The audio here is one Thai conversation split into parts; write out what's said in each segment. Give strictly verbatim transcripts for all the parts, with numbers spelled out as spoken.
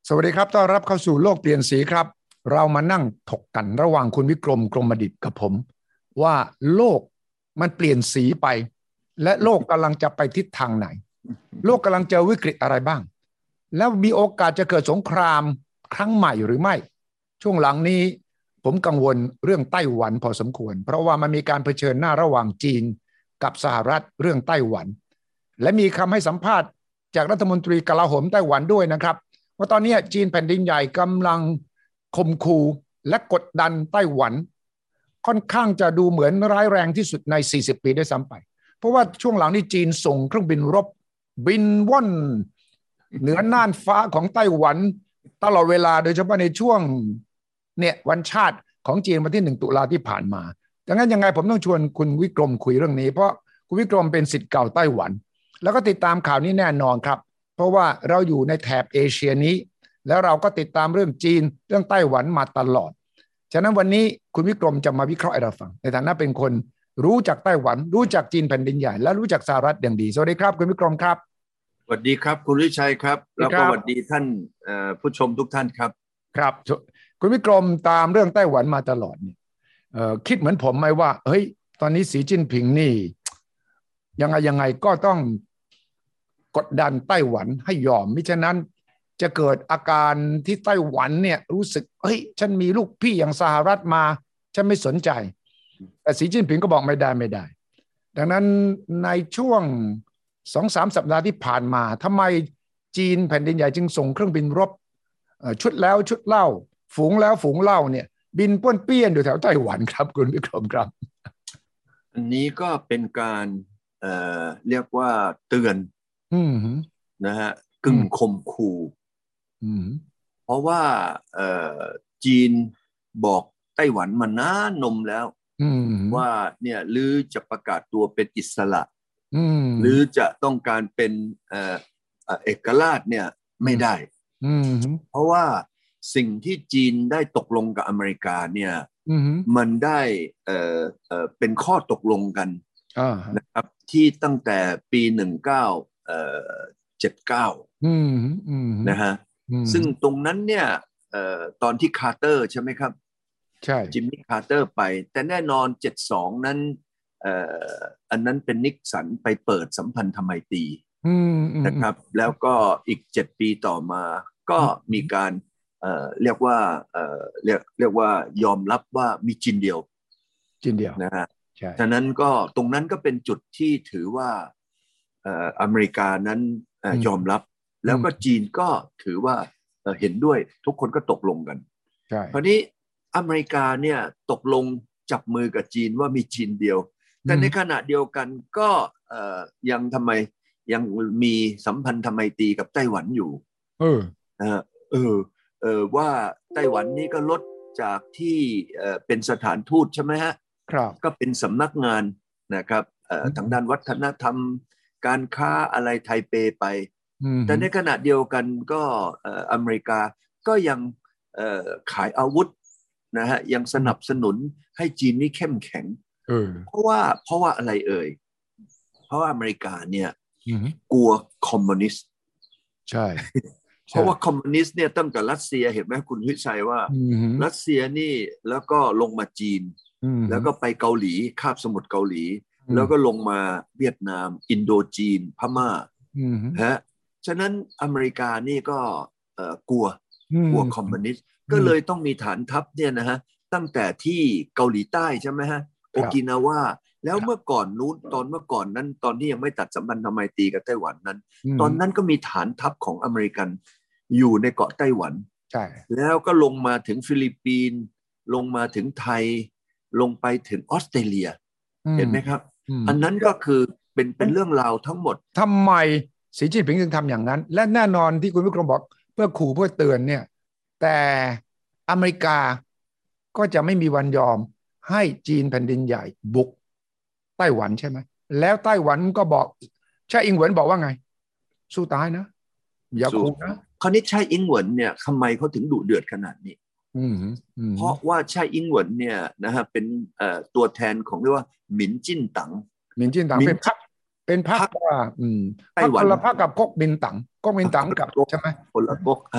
สวัสดีครับต้อนรับเข้าสู่โลกเปลี่ยนสีครับเรามานั่งถกกันระหว่างคุณวิกรมกรมดิษฐ์กับผมว่าโลกมันเปลี่ยนสีไปและโลกกำลังจะไปทิศทางไหนโลกกำลังเจอวิกฤตอะไรบ้างแล้วมีโอกาสจะเกิดสงครามครั้งใหม่หรือไม่ช่วงหลังนี้ผมกังวลเรื่องไต้หวันพอสมควรเพราะว่ามันมีการเผชิญหน้าระหว่างจีนกับสหรัฐเรื่องไต้หวันและมีคำให้สัมภาษณ์จากรัฐมนตรีกลาโหมไต้หวันด้วยนะครับว่าตอนนี้จีนแผ่นดินใหญ่กำลังข่มขู่และกดดันไต้หวันค่อนข้างจะดูเหมือนร้ายแรงที่สุดในสี่สิบปีด้วยซ้ำไปเพราะว่าช่วงหลังนี้จีนส่งเครื่องบินรบบินว่อนเหนือน่านฟ้าของไต้หวันตลอดเวลาโดยเฉพาะในช่วงเนี่ยวันชาติของจีนวันที่หนึ่งตุลาที่ผ่านมาดังนั้นยังไงผมต้องชวนคุณวิกรมคุยเรื่องนี้เพราะคุณวิกรมเป็นศิษย์เก่าไต้หวันแล้วก็ติดตามข่าวนี้แน่นอนครับเพราะว่าเราอยู่ในแถบเอเชียนี้แล้วเราก็ติดตามเรื่องจีนเรื่องไต้หวันมาตลอดฉะนั้นวันนี้คุณวิกรมจะมาวิเคราะห์ให้เราฟังในฐานะเป็นคนรู้จักไต้หวันรู้จักจีนแผ่นดินใหญ่และรู้จักสหรัฐอย่างดีสวัสดีครับคุณวิกรมครับสวัสดีครับคุณวิชัยครับแล้วก็สวัสดีท่านผู้ชมทุกท่านครับครับคุณวิกรมตามเรื่องไต้หวันมาตลอดเนี่ยคิดเหมือนผมไหมว่าเฮ้ยตอนนี้สีจิ้นผิงนี่ยังไงยังไงก็ต้องกดดันไต้หวันให้ยอมมิฉะนั้นจะเกิดอาการที่ไต้หวันเนี่ยรู้สึกเฮ้ยฉันมีลูกพี่อย่างสหรัฐมาฉันไม่สนใจแต่สีจิ้นผิงก็บอกไม่ได้ไม่ได้ดังนั้นในช่วง สองถึงสาม สัปดาห์ที่ผ่านมาทำไมจีนแผ่นดินใหญ่จึงส่งเครื่องบินรบชุดแล้วชุดเล่าฝูงแล้วฝูงเล่าเนี่ยบินป้วนเปี้ยนอยู่แถวไต้หวันครับคุณวิกรมครับอันนี้ก็เป็นการเอ่อเรียกว่าเตือนนะฮะกึ่งข่มขู่เพราะว่าเอ่อจีนบอกไต้หวันมานานนมแล้วว่าเนี่ยหรือจะประกาศตัวเป็นอิสระหรือจะต้องการเป็นเอ่อเอกราชเนี่ยไม่ได้เพราะว่าสิ่งที่จีนได้ตกลงกับอเมริกาเนี่ยมันได้เอ่อเอ่อเป็นข้อตกลงกันนะครับที่ตั้งแต่ปีหนึ่งเก้าเอ่อเจ็ดเก้านะฮะซึ่งตรงนั้นเนี่ยเอ่อตอนที่คาร์เตอร์ใช่ไหมครับใช่จิมมี่คาร์เตอร์ไปแต่แน่นอนเจ็ดสองนั้นเอ่ออันนั้นเป็นนิกสันไปเปิดสัมพันธไมตรีนะครับแล้วก็อีกเจ็ดปีต่อมาก็มีการเอ่อเรียกว่าเอ่อเรียกเรียกว่ายอมรับว่ามีจีนเดียวจีนเดียวนะฮะฉะนั้นก็ตรงนั้นก็เป็นจุดที่ถือว่าเอ่ออเมริกานั้นยอมรับแล้วก็จีนก็ถือว่าเห็นด้วยทุกคนก็ตกลงกันคราวนี้อเมริกาเนี่ยตกลงจับมือกับจีนว่ามีจีนเดียวแต่ในขณะเดียวกันก็เอ่อยังทำไมยังมีสัมพันธไมตรีกับไต้หวันอยู่เออเออเออเออว่าไต้หวันนี่ก็ลดจากที่เอ่อเป็นสถานทูตใช่ไหมฮะครับก็เป็นสำนักงานนะครับเอ่อทางด้านวัฒนธรรมการค้าอะไรไทเปไปแต่ในขณะเดียวกันก็เอ่ออเมริกาก็ยังเอ่อขายอาวุธนะฮะยังสนับสนุนให้จีนนี่เข้มแข็งเพราะว่าเพราะว่าอะไรเอ่ยเพราะว่าอเมริกาเนี่ยกลัวคอมมิวนิสต์ใช่เพราะว่าคอมมิวนิสต์เนี่ยตั้งแต่รัสเซียเห็นไหมคุณวิชัยว่ารัสเซียนี่แล้วก็ลงมาจีนแล้วก็ไปเกาหลีคาบสมุทรเกาหลีแล้วก็ลงมาเวียดนามอินโดจีนพม่าฮะฉะนั้นอเมริกานี่ก็เอ่อกลัวกลัวคอมมิวนิสต์ก็เลยต้องมีฐานทัพเนี่ยนะฮะตั้งแต่ที่เกาหลีใต้ใช่ไหมฮะโอกินาวาแล้วเมื่อก่อนนู้นตอนเมื่อก่อนนั้นตอนที่ยังไม่ตัดสัมพันธไมตรีกับไต้หวันนั้นตอนนั้นก็มีฐานทัพของอเมริกันอยู่ในเกาะไต้หวันใช่แล้วก็ลงมาถึงฟิลิปปินส์ลงมาถึงไทยลงไปถึงออสเตรเลียเห็นไหมครับอันนั้นก็คือเป็นเป็นเรื่องราวทั้งหมดทำไมสีจิ้นผิงจึงทำอย่างนั้นและแน่นอนที่คุณวิกรมบอกเพื่อขู่เพื่อเตือนเนี่ยแต่อเมริกาก็จะไม่มีวันยอมให้จีนแผ่นดินใหญ่บุกไต้หวันใช่ไหมแล้วไต้หวันก็บอกใช่อิงเหวินบอกว่าไงสู้ตายนะอย่าขู่นะคราวนี้ใช่อิงเหวินเนี่ยทำไมเขาถึงดุเดือดขนาดนี้เพราะว่าใช่อิงเหวินเนี่ยนะฮะเป็นตัวแทนของเรียกว่าหมินจิ้นตั๋งหมินจิ้นตั๋งเป็นพรรคเป็นพรรคว่าไต้หวันคนละพรรคกับก๊กมินตั๋งก๊กมินตั๋งกับใช่ไหมคนละก๊กฮะ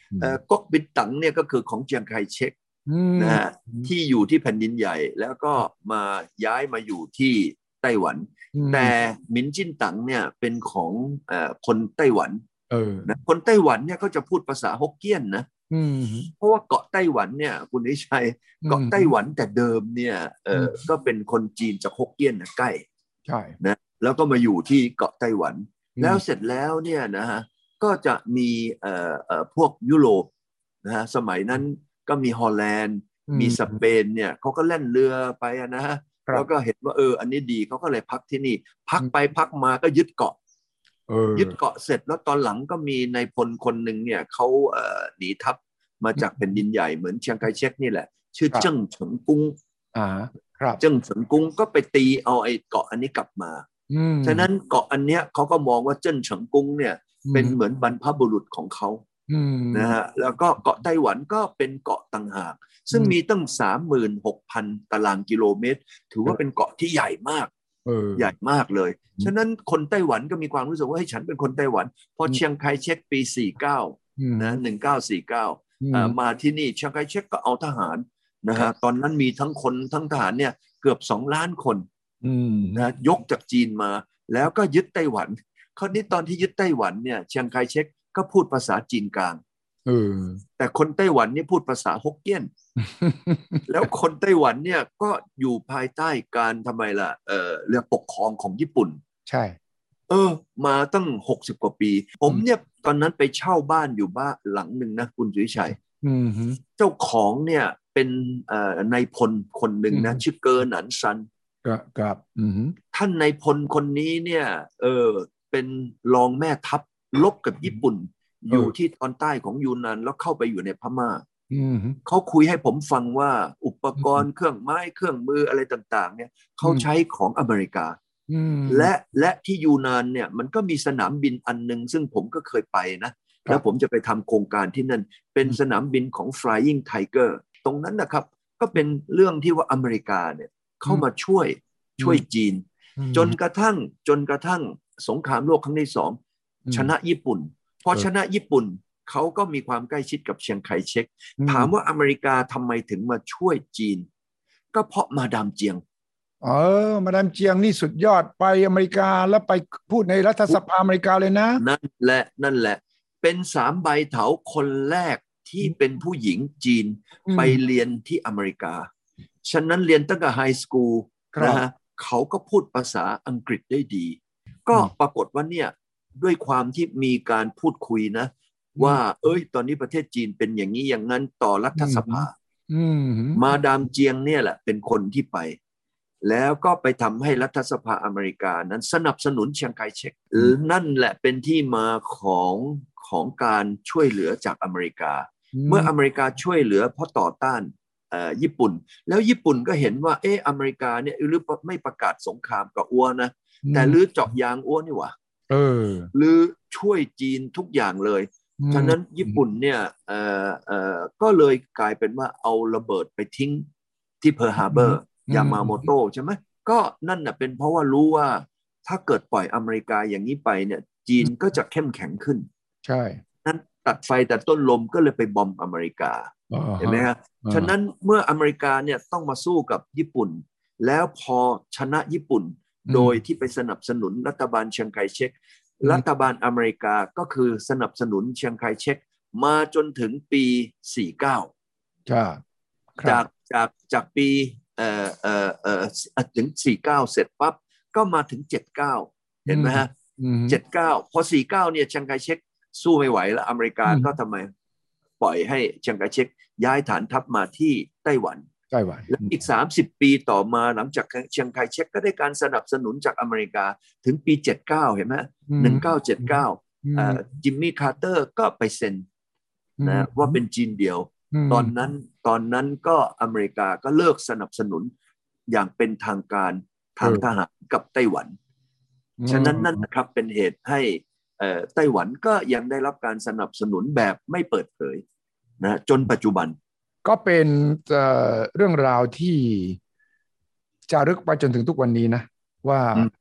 ก๊กบินตั๋งเนี่ยก็คือของเจียงไคเชกนะฮะที่อยู่ที่แผ่นดินใหญ่แล้วก็มาย้ายมาอยู่ที่ไต้หวันแต่หมินจิ้นตั๋งเนี่ยเป็นของคนไต้หวันนะคนไต้หวันเนี่ยเขาจะพูดภาษาฮกเกี้ยนนะเพราะว่าเกาะไต้หวันเนี่ยคุณนิชัยเกาะไต้หวันแต่เดิมเนี่ยเออก็เป็นคนจีนจากฮกเกี้ยนนะใกล้ใช่นะแล้วก็มาอยู่ที่เกาะไต้หวันแล้วเสร็จแล้วเนี่ยนะฮะก็จะมีเอ่อเอ่อพวกยุโรปนะฮะสมัยนั้นก็มีฮอลแลนด์มีสเปนเนี่ยเขาก็เล่นเรือไปนะฮะแล้วก็เห็นว่าเอออันนี้ดีเขาก็เลยพักที่นี่พักไปพักมาก็ยึดเกาะยึดเกาะเสร็จแล้วตอนหลังก็มีนายพลคนหนึ่งเนี่ยเขาเอ่อหนีทัพมาจากแผ่นดินใหญ่เหมือนเชียงไคเชกนี่แหละชื่อเจิ้งเฉิงกุ้งอ่าครับเจิ้งเฉิงกุ้งก็ไปตีเอาไอ้เกาะอันนี้กลับมาฉะนั้นเกาะอันเนี้ยเขาก็มองว่าเจิ้งเฉิงกุ้งเนี่ยเป็นเหมือนบรรพบุรุษของเขานะฮะแล้วก็เกาะไต้หวันก็เป็นเกาะต่างหากซึ่งมีตั้ง สามหมื่นหกพัน ตารางกิโลเมตรถือว่าเป็นเกาะที่ใหญ่มากใหญ่มากเลยฉะนั้นคนไต้หวันก็มีความรู้สึกว่าให้ฉันเป็นคนไต้หวันพอเชียงไคเชกปีสี่สิบเก้านะหนึ่งเก้าสี่เก้ามาที่นี่เชียงไคเชกก็เอาทหารนะฮะตอนนั้นมีทั้งคนทั้งทหารเนี่ยเกือบสองล้านคนนะยกจากจีนมาแล้วก็ยึดไต้หวันคราวนี้ตอนที่ยึดไต้หวันเนี่ยเชียงไคเชกก็พูดภาษาจีนกลางแต่คนไต้หวันนี่พูดภาษาฮกเกี้ยน แล้วคนไต้หวันเนี่ยก็อยู่ภายใต้การทำไมล่ะเอ่อเรื่องปกครองของญี่ปุ่นใช่เออมาตั้งหกสิบกว่าปีผมเนี่ยตอนนั้นไปเช่าบ้านอยู่บ้านหลังหนึ่งนะคุณสุวิชัยเจ้าของเนี่ยเป็นเอ่อนายพลคนหนึ่งนะชื่อเกินหนันซันครับท่านนายพลคนนี้เนี่ยเออเป็นรองแม่ทัพลบกับญี่ปุ่นอยู่ที่ตอนใต้ของยูนนานแล้วเข้าไปอยู่ในพม่าเขาคุยให้ผมฟังว่าอุปกรณ์เครื่องไม้เครื่องมืออะไรต่างๆเนี่ยเขาใช้ของอเมริกาและและที่ยูนนานเนี่ยมันก็มีสนามบินอันนึงซึ่งผมก็เคยไปนะแล้วผมจะไปทำโครงการที่นั่นเป็นสนามบินของ Flying Tiger ตรงนั้นนะครับก็เป็นเรื่องที่ว่าอเมริกาเนี่ยเข้ามาช่วยช่วยจีนจนกระทั่งจนกระทั่งสงครามโลกครั้งที่สองชนะญี่ปุ่นพอชนะญี่ปุ่นเขาก็มีความใกล้ชิดกับเชียงไคเชกถามว่าอเมริกาทำไมถึงมาช่วยจีนก็เพราะมาดามเจียงเออมาดามเจียงนี่สุดยอดไปอเมริกาแล้วไปพูดในรัฐสภาอเมริกาเลยนะนั่นแหละนั่นแหละเป็นสามใบเถาคนแรกที่เป็นผู้หญิงจีนไปเรียนที่อเมริกาฉะนั้นเรียนตั้งแต่ไฮสคูลนะฮะเขาก็พูดภาษาอังกฤษได้ดีก็ปรากฏว่าเนี่ยด้วยความที่มีการพูดคุยนะว่าเอ้ยตอนนี้ประเทศจีนเป็นอย่างนี้อย่างนั้นต่อรัฐสภามาดามเจียงเนี่ยแหละเป็นคนที่ไปแล้วก็ไปทำให้รัฐสภาอเมริกานั้นสนับสนุนเชียงไคเชกนั่นแหละเป็นที่มาของของการช่วยเหลือจากอเมริกาเมื่ออเมริกาช่วยเหลือเพราะต่อต้านญี่ปุ่นแล้วญี่ปุ่นก็เห็นว่าเอออเมริกาเนี่ยหรือไม่ประกาศสงครามกับอ้วนะแต่ลือเจาะยางอ้วนี่หว่าเออหรือช่วยจีนทุกอย่างเลยฉะนั้นญี่ปุ่นเนี่ยเอ่อเอ่อก็เลยกลายเป็นว่าเอาระเบิดไปทิ้งที่เพิร์ลฮาร์เบอร์ยามาโมโตะใช่ไหมก็นั่นน่ะเป็นเพราะว่ารู้ว่าถ้าเกิดปล่อยอเมริกาอย่างนี้ไปเนี่ยจีนก็จะเข้มแข็งขึ้นใช่นั้นตัดไฟแต่ต้นลมก็เลยไปบอมอเมริกาเห็นไหมครับฉะนั้นเมื่ออเมริกาเนี่ยต้องมาสู้กับญี่ปุ่นแล้วพอชนะญี่ปุ่นโดยที่ไปสนับสนุนรัฐบาลเชียงไคเชกรัฐบาลอเมริกาก็คือสนับสนุนเชียงไคเชกมาจนถึงปีสี่สิบเก้าจากจากจากปีเอ่อเอ่อเอ่อถึงสี่สิบเก้าเสร็จปั๊บก็มาถึงเจ็ดสิบเก้าเห็นไหมฮะเจ็ดสิบเก้าพอสี่สิบเก้าเนี่ยเชียงไคเชกสู้ไม่ไหวแล้วอเมริกาก็ทำไมปล่อยให้เชียงไคเชกย้ายฐานทัพมาที่ไต้หวันไต้หวันและอีกสามสิบปีต่อมาหลังจากเชียงไคเชกก็ได้การสนับสนุนจากอเมริกาถึงปีเจ็ดสิบเก้าเห็นไหมหนึ่งพันเก้าร้อยเจ็ดสิบเก้าอ่าจิมมี่คาร์เตอร์ก็ไปเซ็นนะว่าเป็นจีนเดียวตอนนั้นตอนนั้นก็อเมริกาก็เลิกสนับสนุนอย่างเป็นทางการทางทหารกับไต้หวันฉะนั้นนั่นนะครับเป็นเหตุให้ไต้หวันก็ยังได้รับการสนับสนุนแบบไม่เปิดเผยนะจนปัจจุบันก็เป็นเรื่องราวที่จารึกไปจนถึงทุกวันนี้นะว่า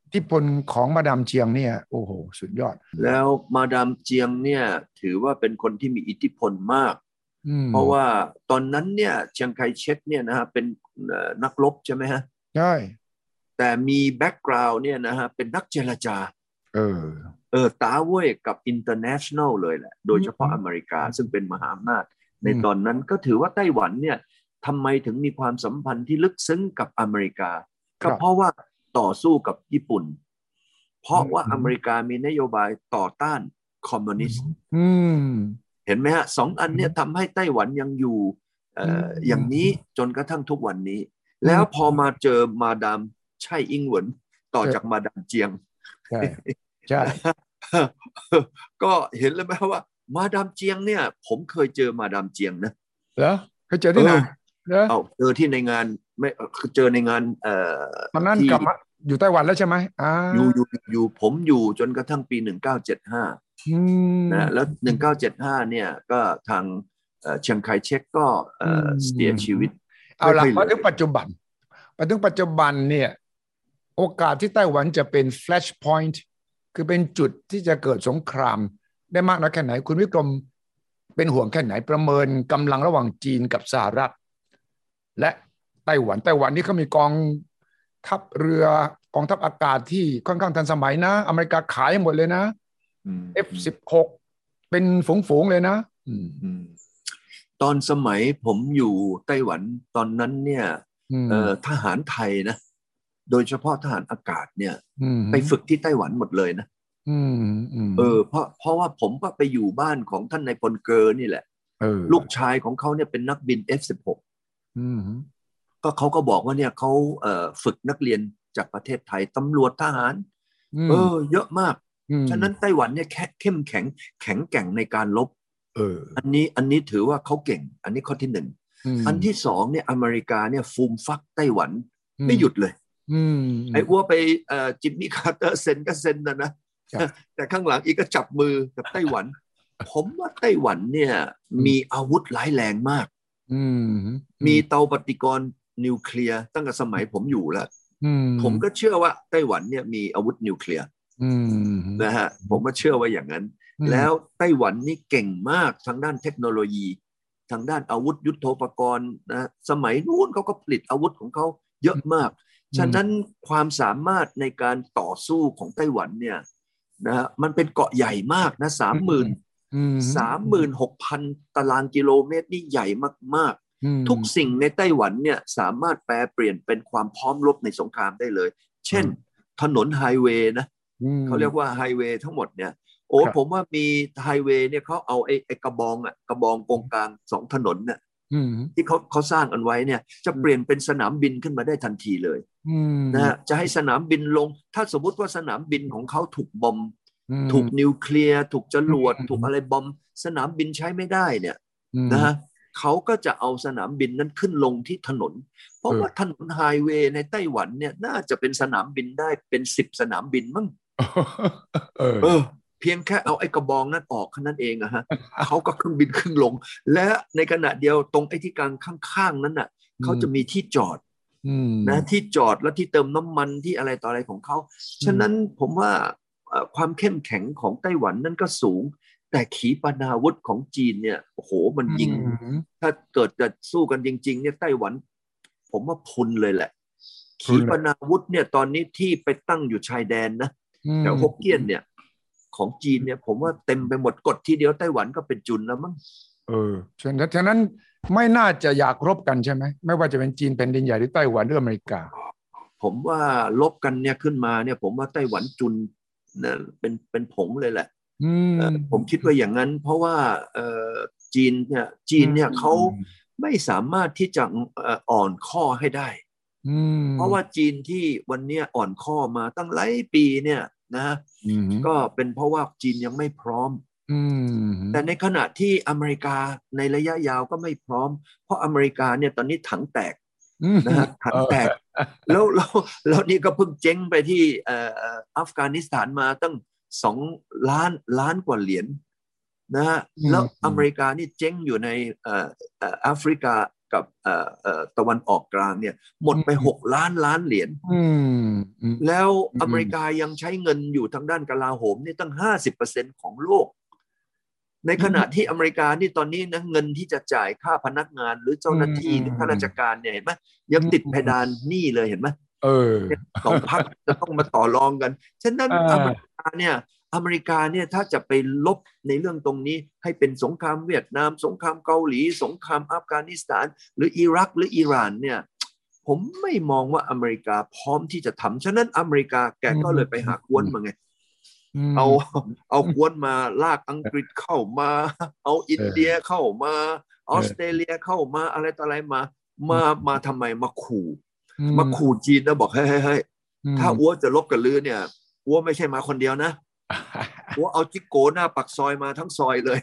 อิทธิพลของมาดามเจียงเนี่ยโอ้โหสุดยอดแล้วมาดามเจียงเนี่ยถือว่าเป็นคนที่มีอิทธิพลมากเพราะว่าตอนนั้นเนี่ยเชียงไคเชกเนี่ยนะฮะเป็นนักรบใช่ไหมฮะใช่แต่มีแบ็กกราวด์เนี่ยนะฮะเป็นนักเจรจาเออเออตาเว่ยกับอินเตอร์เนชั่นแนลเลยแหละโดยเฉพาะอเมริกาซึ่งเป็นมหาอำนาจในตอนนั้นก็ถือว่าไต้หวันเนี่ยทำไมถึงมีความสัมพันธ์ที่ลึกซึ้งกับอเมริกาก็เพราะว่าต่อสู้กับญี่ปุ่นเพราะว่าอเมริกามีนโยบายต่อต้านคอมมิวนิสต์เห็นไหมฮะสองอันเนี้ยทำให้ไต้หวันยังอยู่เอ่ออย่างนี้จนกระทั่งทุกวันนี้แล้วพอมาเจอมาดามไช่อิงเหวินต่อจากมาดามเจียงใช่ใช่ก็เห็นเลยไหมว่ามาดามเจียงเนี่ยผมเคยเจอมาดามเจียงนะเหรอเคยเจอที่ไหนเอาเจอที่ในงานไม่เจอในงานเอ่อตอนนั้นกลับมาอยู่ไต้หวันแล้วใช่ไหมอ่าอยู่อยู่อยู่ผมอยู่จนกระทั่งปีหนึ่งเก้าเจ็ดห้านะแล้วหนึ่งเก้าเจ็ดห้าเนี่ยก็ทางเชียงไคเชกก็เสียชีวิตเอาละมาถึงปัจจุบันมาถึงปัจจุบันเนี่ยโอกาสที่ไต้หวันจะเป็น flash point คือเป็นจุดที่จะเกิดสงครามได้มากน้อยแค่ไหนคุณวิกรมเป็นห่วงแค่ไหนประเมินกำลังระหว่างจีนกับสหรัฐและไต้หวันไต้หวันนี่เขามีกองทัพเรือกองทัพอากาศที่ค่อนข้างทันสมัยนะอเมริกาขายหมดเลยนะ เอฟ สิบหก เป็นฝูงๆเลยนะตอนสมัยผมอยู่ไต้หวันตอนนั้นเนี่ยทหารไทยนะโดยเฉพาะทหารอากาศเนี่ยไปฝึกที่ไต้หวันหมดเลยนะเออเพราะเพราะว่าผมก็ไปอยู่บ้านของท่านนายพลเกอร์นี่แหละลูกชายของเขาเนี่ยเป็นนักบิน เอฟ สิบหก ก็เขาก็บอกว่าเนี่ยเขาเอ่อฝึกนักเรียนจากประเทศไทยตำรวจทหารเออเยอะมากฉะนั้นไต้หวันเนี่ยเข้มแข็งแข็งแกร่งในการรบเอออันนี้อันนี้ถือว่าเขาเก่งอันนี้ข้อที่หนึ่งอันที่สองเนี่ยอเมริกาเนี่ยฟูมฟักไต้หวันไม่หยุดเลยไอ้อ้วไปเอ่อจิมมี่คาร์เตอร์เซ็นก็เซ็นนะนะแต่ข้างหลังอีกก็จับมือกับไต้หวันผมว่าไต้หวันเนี่ยมีอาวุธร้ายแรงมากมีเตาปฏิกรณ์นิวเคลียร์ตั้งแต่สมัยผมอยู่แล้วผมก็เชื่อว่าไต้หวันเนี่ยมีอาวุธนิวเคลียร์นะฮะผมก็เชื่อว่าอย่างนั้นแล้วไต้หวันนี่เก่งมากทางด้านเทคโนโลยีทางด้านอาวุธยุทโธปกรณ์นะสมัยนู้นเขาก็ผลิตอาวุธของเขาเยอะมากฉะนั้นความสามารถในการต่อสู้ของไต้หวันเนี่ยนะมันเป็นเกาะใหญ่มากนะสามหมื่นสามหมื่นหกพันตารางกิโลเมตรนี่ใหญ่มากๆทุกสิ่งในไต้หวันเนี่ยสามารถแปลเปลี่ยนเป็นความพร้อมรบในสงครามได้เลยเช่นถนนไฮเวย์นะเขาเรียกว่าไฮเวย์ทั้งหมดเนี่ยโอ้ผมว่ามีไฮเวย์เนี่ยเขาเอาไอ้ไอ้กระบองอ่ะกระบองกงกลางสองถนนเนี่ยที่เขาเขาสร้างกันไว้เนี่ยจะเปลี่ยนเป็นสนามบินขึ้นมาได้ทันทีเลยนะฮะจะให้สนามบินลงถ้าสมมติว่าสนามบินของเขาถูกบอมถูกนิวเคลียร์ถูกจรวดถูกอะไรบอมสนามบินใช้ไม่ได้เนี่ยนะฮะเขาก็จะเอาสนามบินนั้นขึ้นลงที่ถนนเพราะว่าถนนไฮเวย์ในไต้หวันเนี่ยน่าจะเป็นสนามบินได้เป็นสิบสนามบินมั้งเออเพียงแค่เอาไอ้กระบองนั้นออกแค่นั้นเองอะฮะเขาก็เครื่องบินขึ้นลงและในขณะเดียวตรงไอ้ที่กลางข้างๆนั้นน่ะเขาจะมีที่จอดนะที่จอดแล้วที่เติมน้ำมันที่อะไรต่ออะไรของเขาฉะนั้นผมว่าความเข้มแข็งของไต้หวันนั่นก็สูงแต่ขีปนาวุธของจีนเนี่ยโอ้โหมันยิงถ้าเกิดจะสู้กันจริงๆเนี่ยไต้หวันผมว่าพุนเลยแหละขีปนาวุธเนี่ยตอนนี้ที่ไปตั้งอยู่ชายแดนนะแถวฮกเกี้ยนเนี่ยของจีนเนี่ยผมว่าเต็มไปหมดกดทีเดียวไต้หวันก็เป็นจุนแล้วมั้งเออฉะนั้นฉะนั้นไม่น่าจะอยากรบกันใช่ไหมไม่ว่าจะเป็นจีนแผ่นดินใหญ่หรือไต้หวันหรืออเมริกาผมว่าลบกันเนี่ยขึ้นมาเนี่ยผมว่าไต้หวันจุนนะเป็นเป็นผงเลยแหละผมคิดว่าอย่างนั้นเพราะว่าจีนเนี่ยจีนเนี่ยเขาไม่สามารถที่จะอ่อนข้อให้ได้เพราะว่าจีนที่วันนี้อ่อนข้อมาตั้งหลายปีเนี่ยนะก็เป็นเพราะว่าจีนยังไม่พร้อมแต่ในขณะที่อเมริกาในระยะยาวก็ไม่พร้อมเพราะอเมริกาเนี่ยตอนนี้ถังแตกนะฮะถังแตกแล้วแล้วแล้วนี่ก็เพิ่งเจ๊งไปที่อัฟกานิสถานมาตั้งสองล้านล้านกว่าเหรียญนะฮะแล้วอเมริกานี่เจ๊งอยู่ในแอฟริกากับเอ่อเอ่อตะวันออกกลางเนี่ยหมดไปหกล้านล้านเหรียญแล้วอเมริกายังใช้เงินอยู่ทางด้านกลาโหมนี่ตั้ง ห้าสิบเปอร์เซ็นต์ ของโลกในขณะที่อเมริกานี่ตอนนี้นะเงินที่จะจ่ายค่าพนักงานหรือเจ้าหน้าที่หรือข้าราชการเนี่ยเห็นไหมยังติดเพดานหนี้เลยเห็นไหมเออสองพรรคจะต้องมาต่อรองกันฉะนั้นอเมริกาเนี่ยอเมริกาเนี่ยถ้าจะไปลบในเรื่องตรงนี้ให้เป็นสงครามเวียดนามสงครามเกาหลีสงครามอัฟกานิสถานหรืออิรักหรืออิหร่านเนี่ยผมไม่มองว่าอเมริกาพร้อมที่จะทำฉะนั้นอเมริกาแกก็เลยไปหากวนมาไงเอาเอากวนมาลากอังกฤษเข้ามาเอาอินเดียเข้ามาออสเตรเลียเข้ามาอะไรต่ออะไรมามามาทำไมมาขู่มาขู่จีนนะบอกเฮ้ยเฮ้ยถ้าอ้วจะลบกับลือเนี่ยอ้วไม่ใช่มาคนเดียวนะอ้วเอาจิโก้หน้าปักซอยมาทั้งซอยเลย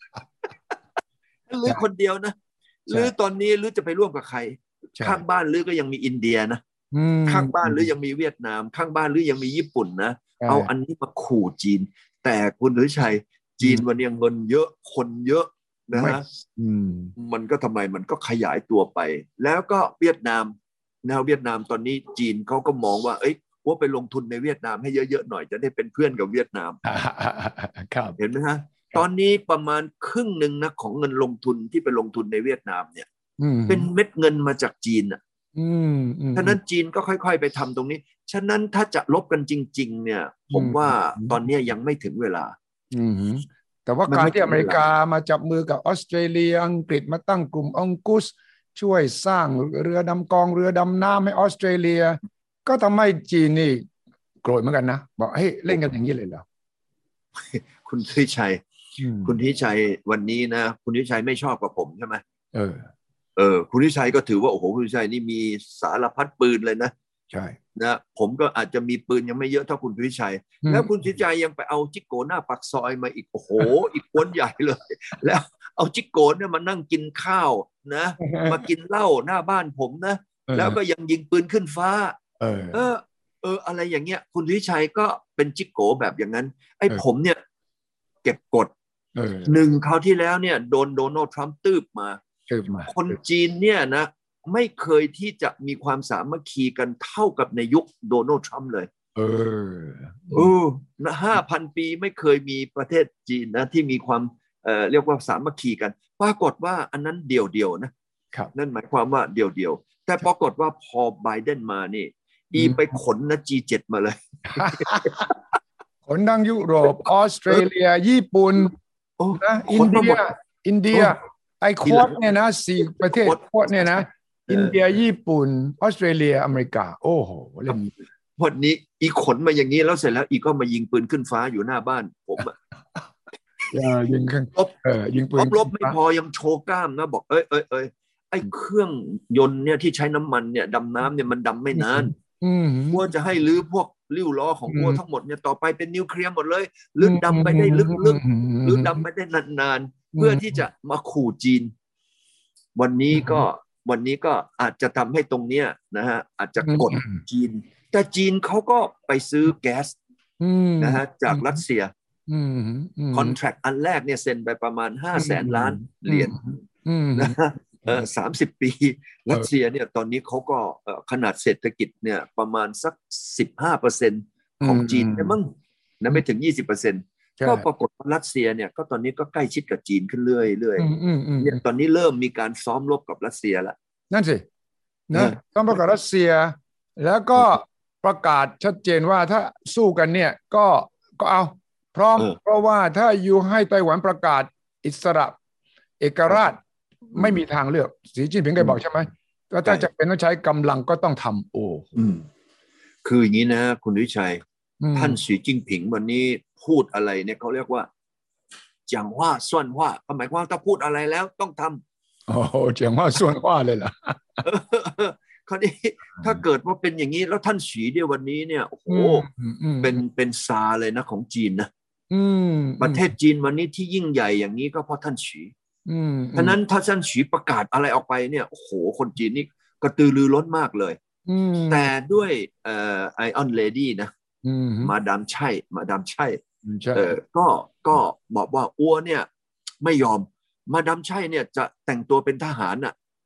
ลือคนเดียวนะลือตอนนี้ลือจะไปร่วมกับใครข้างบ้านลือก็ยังมีอินเดียนะข้างบ้านลือยังมีเวียดนามข้างบ้านลือยังมีญี่ปุ่นนะเอาอันนี้มาขู่จีนแต่คุณฤชัยจีนวันนี้เงินเยอะคนเยอะนะฮะมันก็ทำไมมันก็ขยายตัวไปแล้วก็เวียดนามแนวเวียดนามตอนนี้จีนเขาก็มองว่าเอ้ยว่าไปลงทุนในเวียดนามให้เยอะๆหน่อยจะได้เป็นเพื่อนกับเวียดนามเห็นไหมฮะตอนนี้ประมาณครึ่งหนึ่งนะของเงินลงทุนที่ไปลงทุนในเวียดนามเนี่ยเป็นเม็ดเงินมาจากจีนอ่ะฉะนั้นจีนก็ค่อยๆไปทำตรงนี้ฉะนั้นถ้าจะลบกันจริงๆเนี่ยผมว่าตอนนี้ยังไม่ถึงเวลาแต่ว่าการที่อเมริกามาจับมือกับออสเตรเลียอังกฤษมาตั้งกลุ่มองกุสช่วยสร้างเรือดำกองเรือดำน้ำให้ออสเตรเลียก็ทำให้จีนนี่โกรธเหมือนกันนะบอกเฮ้ยเล่นกันอย่างนี้เลยเหรอคุณทิชัยคุณทิชัยวันนี้นะคุณทิชัยไม่ชอบกับผมใช่ไหมเออเออคุณทิชัยก็ถือว่าโอ้โหคุณทิชัยนี่มีสารพัดปืนเลยนะใช่นะผมก็อาจจะมีปืนยังไม่เยอะเท่าคุณทิชัยแล้วคุณทิชัยยังไปเอาจิโก้หน้าปากซอยมาอีกโอ้โหอีกก้นใหญ่เลยแล้วเอาจิโก้เนี่ยมานั่งกินข้าวนะมากินเหล้าหน้าบ้านผมนะแล้วก็ยังยิงปืนขึ้นฟ้าเออเออเอออะไรอย่างเงี้ยคุณวิชัยก็เป็นจิกโกแบบอย่างนั้นไอ้ผมเนี่ยเก็บกดหนึ่งคราวที่แล้วเนี่ยโดนโดนัลด์ทรัมป์ตืบมาคนจีนเนี่ยนะไม่เคยที่จะมีความสามัคคีกันเท่ากับในยุคโดนัลด์ทรัมป์เลยเออเออนะห้าพันปีไม่เคยมีประเทศจีนนะที่มีความเอ่อเรียกว่าสามัคคีกันปรากฏว่าอันนั้นเดี่ยวๆนะนั่นหมายความว่าเดี่ยวๆแต่ปรากฏว่าพอไบเดนมานี่อีไปขนนะ จี เซเว่น มาเลยขนทั้งยุโรปออสเตรเลียญี่ปุ่นนะอินเดียอินเดียไอ้โค้ดเนี่ยนะสี่ประเทศโค้ดเนี่ยนะอินเดียญี่ปุ่นออสเตรเลียอเมริกาโอ้โหเล่นวันนี้อีขนมาอย่างนี้แล้วเสร็จแล้วอีก็มายิงปืนขึ้นฟ้าอยู่หน้าบ้านผมอะยิงขึ้นเออยิงปืนลบไม่พอยังโชว์กล้ามนะบอกเอ้ยเอ้ยเอ้ยไอ้เครื่องยนต์เนี่ยที่ใช้น้ำมันเนี่ยดำน้ำเนี่ยมันดำไม่นานวัวจะให้ลื้อพวกริ้วล้อของวัวทั้งหมดเนี่ยต่อไปเป็นนิวเคลียร์หมดเลยลึกดำไปได้ลึกๆหรือดำไปได้นานๆเพื่อที่จะมาขู่จีนวันนี้ก็วันนี้ก็อาจจะทำให้ตรงเนี้ยนะฮะอาจจะกดจีนแต่จีนเขาก็ไปซื้อแก๊สนะฮะจากรัสเซียคอนแทรคอันแรกเนี่ยเซ็นไปประมาณห้าแสนล้านเหรียญนะเออสามสิบปีรัสเซียเนี่ยตอนนี้เขาก็ขนาดเศรษฐกิจเนี่ยประมาณสักสิบห้าเปอร์เซ็นต์ของจีนได้มั้งนะไม่ถึงยี่สิบเปอร์เซ็นต์ก็ปรากฏว่ารัสเซียเนี่ยก็ตอนนี้ก็ใกล้ชิดกับจีนขึ้นเรื่อยเรื่อยเนี่ยตอนนี้เริ่มมีการซ้อมรบกับรัสเซียแล้วนั่นสินะซ้อมรบกับรัสเซียแล้วก็ประกาศชัดเจนว่าถ้าสู้กันเนี่ยก็ก็เอาพร้อมเพราะว่าถ้าอยู่ให้ไต้หวันประกาศอิสระเอกราชไม่มีทางเลือกสีจิ้นผิงเคยบอกใช่ไหมว่าถ้าจะเป็นต้องใช้กำลังก็ต้องทำโอ้คืออย่างนี้นะคุณวิชัยท่านสีจิ้นผิงวันนี้พูดอะไรเนี่ยเขาเรียกว่าจังว่าส่วนว่าหมายความว่าถ้าพูดอะไรแล้วต้องทำโอ้จังว่าส่วนว่าเลยล่ะคราวนี้ถ้าเกิดว่าเป็นอย่างนี้แล้วท่านสีเนี่ยวันนี้เนี่ยโอ้โหเป็นเป็นซาเลยนะของจีนนะประเทศจีนวันนี้ที่ยิ่งใหญ่อย่างนี้ก็เพราะท่านสีฉะนั้นถ้าท่านสีประกาศอะไรออกไปเนี่ยโอ้โหคนจีนนี่กระตือรือร้นมากเลยแต่ด้วยเอ่อไอออนเลดี้นะมาดามใช่มาดามใช่เออก็ก็บอกว่าอัวเนี่ยไม่ยอมมาดามใช่เนี่ยจะแต่งตัวเป็นทหารน่ะ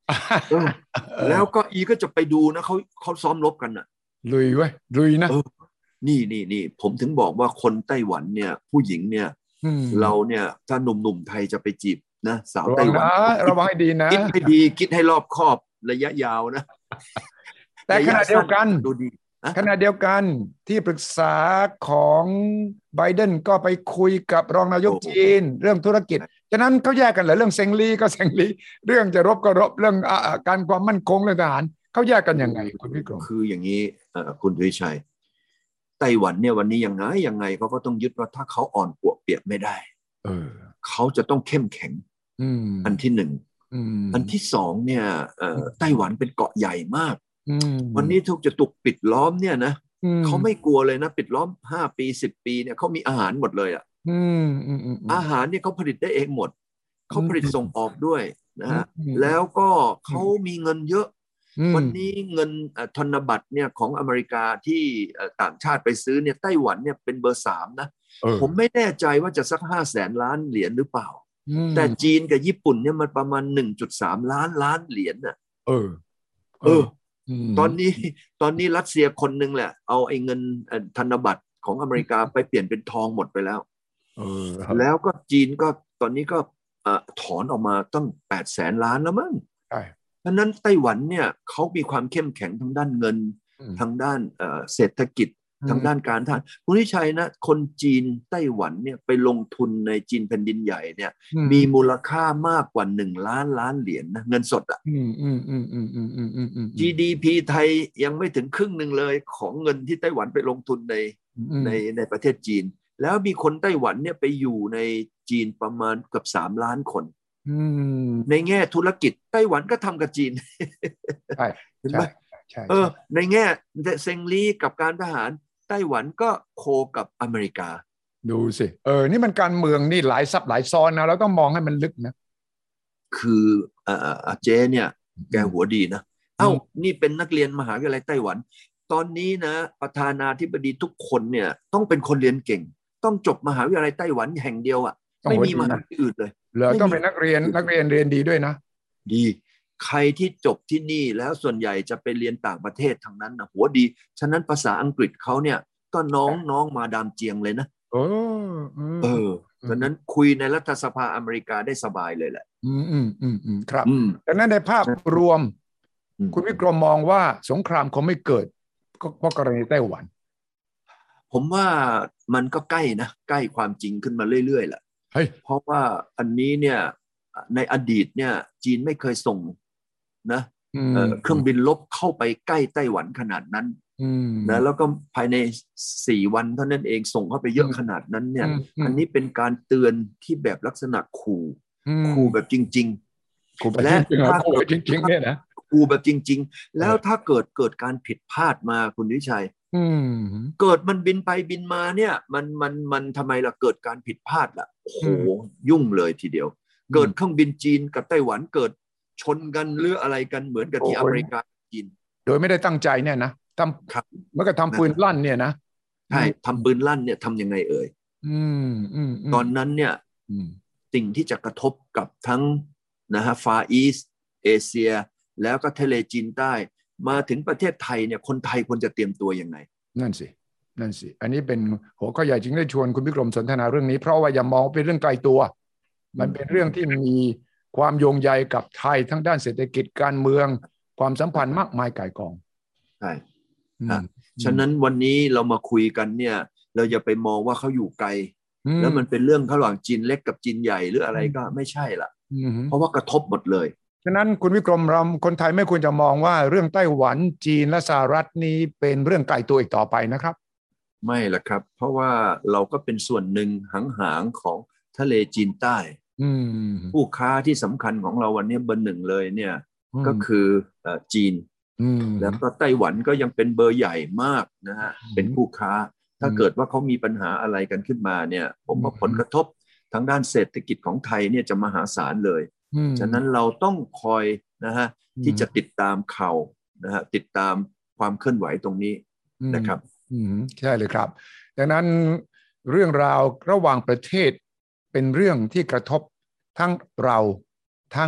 แล้วก็อีก็จะไปดูนะเขาเขาซ้อมรบกันอ่ะลุยเว้ยลุยนะนี่นี่นี่ผมถึงบอกว่าคนไต้หวันเนี่ยผู้หญิงเนี่ยเราเนี่ยถ้าหนุ่มๆไทยจะไปจีบนะสาวไต้หวันระวังให้ดีนะคิดให้ดีคิดให้รอบคอบระยะยาวนะแต่ขณะเดียวกันดูดีขณะเดียวกันที่ปรึกษาของไบเดนก็ไปคุยกับรองนายกจีนเรื่องธุรกิจฉะนั้นเขาแยกกันเหรอเรื่องเซิงลี่ก็เซิงลี่เรื่องจะรบก็รบเรื่องการความมั่นคงเรื่องทหารเขาแยกกันยังไงคุณวิกรมคืออย่างนี้คุณวิชัยไต้หวันเนี่ยวันนี้ยังไงยังไงเขาก็ต้องยึดว่าถ้าเขาอ่อนปวกเปียกไม่ได้เออเขาจะต้องเข้มแข็งอันที่หนึ่งอันที่สองเนี่ยไต้หวันเป็นเกาะใหญ่มากวันนี้ทุกจะถูกปิดล้อมเนี่ยนะเขาไม่กลัวเลยนะปิดล้อมห้าปีสิบปีเนี่ยเขามีอาหารหมดเลยอ่ะอาหารเนี่ยเขาผลิตได้เองหมดเขาผลิตส่งออกด้วยนะฮะแล้วก็เขามีเงินเยอะวันนี้เงินธนบัตรเนี่ยของอเมริกาที่ต่างชาติไปซื้อเนี่ยไต้หวันเนี่ยเป็นเบอร์สามนะผมไม่แน่ใจว่าจะสักห้าแสนล้านเหรียญหรือเปล่าแต่จีนกับญี่ปุ่นเนี่ยมันประมาณหนึ่งจุดสามล้านล้านเหรียญน่ะเออเออตอนนี้ตอนนี้รัสเซียคนนึงแหละเอาไอ้เงินธนบัตรของอเมริกาไปเปลี่ยนเป็นทองหมดไปแล้วแล้วก็จีนก็ตอนนี้ก็ถอนออกมาตั้งแปดแสนล้านแล้วมั้งเพราะนั้นไต้หวันเนี่ยเขามีความเข้มแข็งทางด้านเงินทางด้านเศรษฐกิจทางด้านการทหารคุณวิชัยนะคนจีนไต้หวันเนี่ยไปลงทุนในจีนแผ่นดินใหญ่เนี่ยมีมูลค่ามากกว่าหนึ่งล้านล้านเหรียญนะเงินสดอ่ะ จี ดี พี ไทยยังไม่ถึงครึ่งหนึ่งเลยของเงินที่ไต้หวันไปลงทุนในในในประเทศจีนแล้วมีคนไต้หวันเนี่ยไปอยู่ในจีนประมาณเกือบสามล้านคนในแง่ธุรกิจไต้หวันก็ทำกับจีนใช่ใช่ใช่เออในแง่เซิงลี่กับการทหารไต้หวันก็โคกับอเมริกาดูสิเออนี่มันการเมืองนี่หลายซับหลายซ้อนนะเราต้องมองให้มันลึกนะคือเอ่อเจ๊เนี่ยแกหัวดีนะเอ้านี่เป็นนักเรียนมหาวิทยาลัยไต้หวันตอนนี้นะประธานาธิบดีทุกคนเนี่ยต้องเป็นคนเรียนเก่งต้องจบมหาวิทยาลัยไต้หวันแห่งเดียวอ่ะไม่มีมหาวิทยาลัยอื่นเลยเหรอต้องเป็นนักเรียนนักเรียนเรียนดีด้วยนะดีใครที่จบที่นี่แล้วส่วนใหญ่จะไปเรียนต่างประเทศทางนั้นนะหัวดีฉะนั้นภาษาอังกฤษเขาเนี่ยก็น้องน้องมาดามเจียงเลยนะโอ้เออฉะนั้นคุยในรัฐสภาอเมริกาได้สบายเลยแหละอืมอืมอืมอืมครับดังนั้นในภาพรวมคุณวิกรมมองว่าสงครามคงไม่เกิดก็เพราะกรณีไต้หวันผมว่ามันก็ใกล้นะใกล้ความจริงขึ้นมาเรื่อยๆแหละเพราะว่าอันนี้เนี่ยในอดีตเนี่ยจีนไม่เคยส่งนะเครื่องบินรบเข้าไปใกล้ไต้หวันขนาดนั้นนะแล้วก็ภายในสี่วันเท่านั้นเองส่งเข้าไปเยอะขนาดนั้นเนี่ยอันนี้เป็นการเตือนที่แบบลักษณะขู่ขู่แบบจริงๆและถ้าเกิดจริงๆเนี่ยนะขู่แบบจริงๆแล้วถ้าเกิดเกิดการผิดพลาดมาคุณวิชัยเกิดมันบินไปบินมาเนี่ยมันมันมันทำไมล่ะเกิดการผิดพลาดล่ะโอ้โหยุ่งเลยทีเดียวเกิดเครื่องบินจีนกับไต้หวันเกิดชนกันหรืออะไรกันเหมือนกับที่อเมริกาจีนโดยไม่ได้ตั้งใจเนี่ยนะทำเมื่อกี้ทำปืนลั่นเนี่ยนะใช่ทำปืนลั่นเนี่ยทำยังไงเอ่ยตอนนั้นเนี่ยสิ่งที่จะกระทบกับทั้งนะฮะฟาอีสเอเชียแล้วก็ทะเลจีนใต้มาถึงประเทศไทยเนี่ยคนไทยควรจะเตรียมตัวยังไงนั่นสินั่นสิอันนี้เป็นหัวข้อใหญ่จึงได้ชวนคุณวิกรมสนทนาเรื่องนี้เพราะว่าอย่ามองเป็นเรื่องไกลตัวมันเป็นเรื่องที่มีความโยงใยกับไทยทั้งด้านเศรษฐกิจการเมืองความสัมพันธ์มากมายก่ายกองใช่ฉะนั้นวันนี้เรามาคุยกันเนี่ยเราอย่าไปมองว่าเขาอยู่ไกลแล้วมันเป็นเรื่องระหว่างจีนเล็กกับจีนใหญ่หรืออะไรก็ไม่ใช่ละเพราะว่ากระทบหมดเลยฉะนั้นคุณวิกรมเราคนไทยไม่ควรจะมองว่าเรื่องไต้หวันจีนและสหรัฐนี้เป็นเรื่องไกลตัวอีกต่อไปนะครับไม่ละครับเพราะว่าเราก็เป็นส่วนหนึ่งหางๆของทะเลจีนใต้ผู้ค้าที่สำคัญของเราวันนี้เบอร์หนึ่งเลยเนี่ยก็คือจีนแล้วก็ไต้หวันก็ยังเป็นเบอร์ใหญ่มากนะฮะเป็นคู่ค้าถ้าเกิดว่าเขามีปัญหาอะไรกันขึ้นมาเนี่ยผมว่าผลกระทบทางด้านเศรษฐกิจของไทยเนี่ยจะมหาศาลเลยฉะนั้นเราต้องคอยนะฮะที่จะติดตามข่าวนะฮะติดตามความเคลื่อนไหวตรงนี้นะครับใช่เลยครับดังนั้นเรื่องราวระหว่างประเทศเป็นเรื่องที่กระทบทั้งเราทั้ง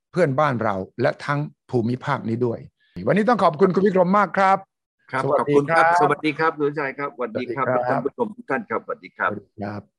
เพื่อนบ้านเราและทั้งภูมิภาคนี้ด้วยวันนี้ต้องขอบคุณคุณวิกรมมากครับครับขอบคุณครับสวัสดีครับหนูชัยครับสวัสดีครับท่านผู้ชมทุกท่านครับสวัสดีครับ